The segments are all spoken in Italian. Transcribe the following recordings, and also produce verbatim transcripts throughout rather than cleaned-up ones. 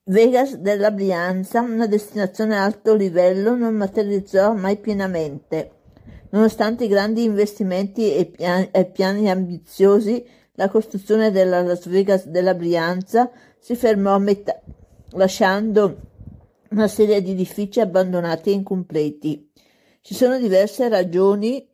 Vegas della Brianza, una destinazione a alto livello, non materializzò mai pienamente. Nonostante i grandi investimenti e piani, e piani ambiziosi, la costruzione della Las Vegas della Brianza si fermò a metà, lasciando una serie di edifici abbandonati e incompleti. Ci sono diverse ragioni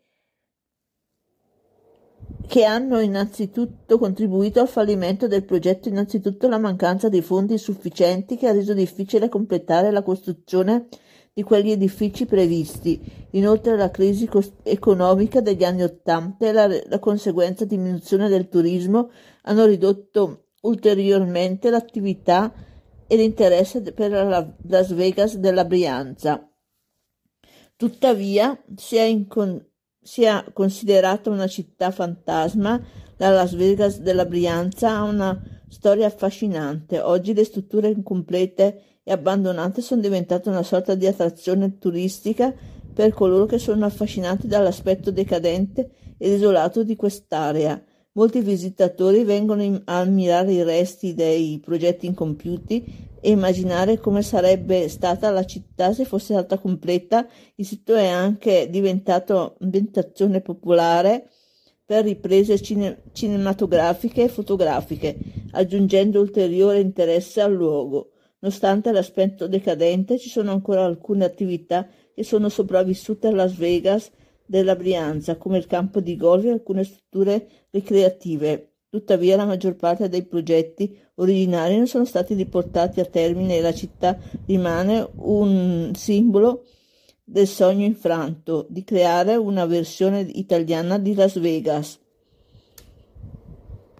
che hanno innanzitutto contribuito al fallimento del progetto, innanzitutto la mancanza di fondi sufficienti che ha reso difficile completare la costruzione di quegli edifici previsti. Inoltre la crisi economica degli anni Ottanta e la, la conseguenza diminuzione del turismo hanno ridotto ulteriormente l'attività e l'interesse per la Las Vegas della Brianza. Tuttavia, si è in con- sia considerata una città fantasma, la Las Vegas della Brianza ha una storia affascinante. Oggi le strutture incomplete e abbandonate sono diventate una sorta di attrazione turistica per coloro che sono affascinati dall'aspetto decadente ed isolato di quest'area. Molti visitatori vengono a ammirare i resti dei progetti incompiuti e immaginare come sarebbe stata la città se fosse stata completa. Il sito è anche diventato ambientazione popolare per riprese cine- cinematografiche e fotografiche, aggiungendo ulteriore interesse al luogo. Nonostante l'aspetto decadente, ci sono ancora alcune attività che sono sopravvissute a Las Vegas della Brianza, come il campo di golf e alcune strutture ricreative. Tuttavia, la maggior parte dei progetti originari non sono stati riportati a termine e la città rimane un simbolo del sogno infranto di creare una versione italiana di Las Vegas.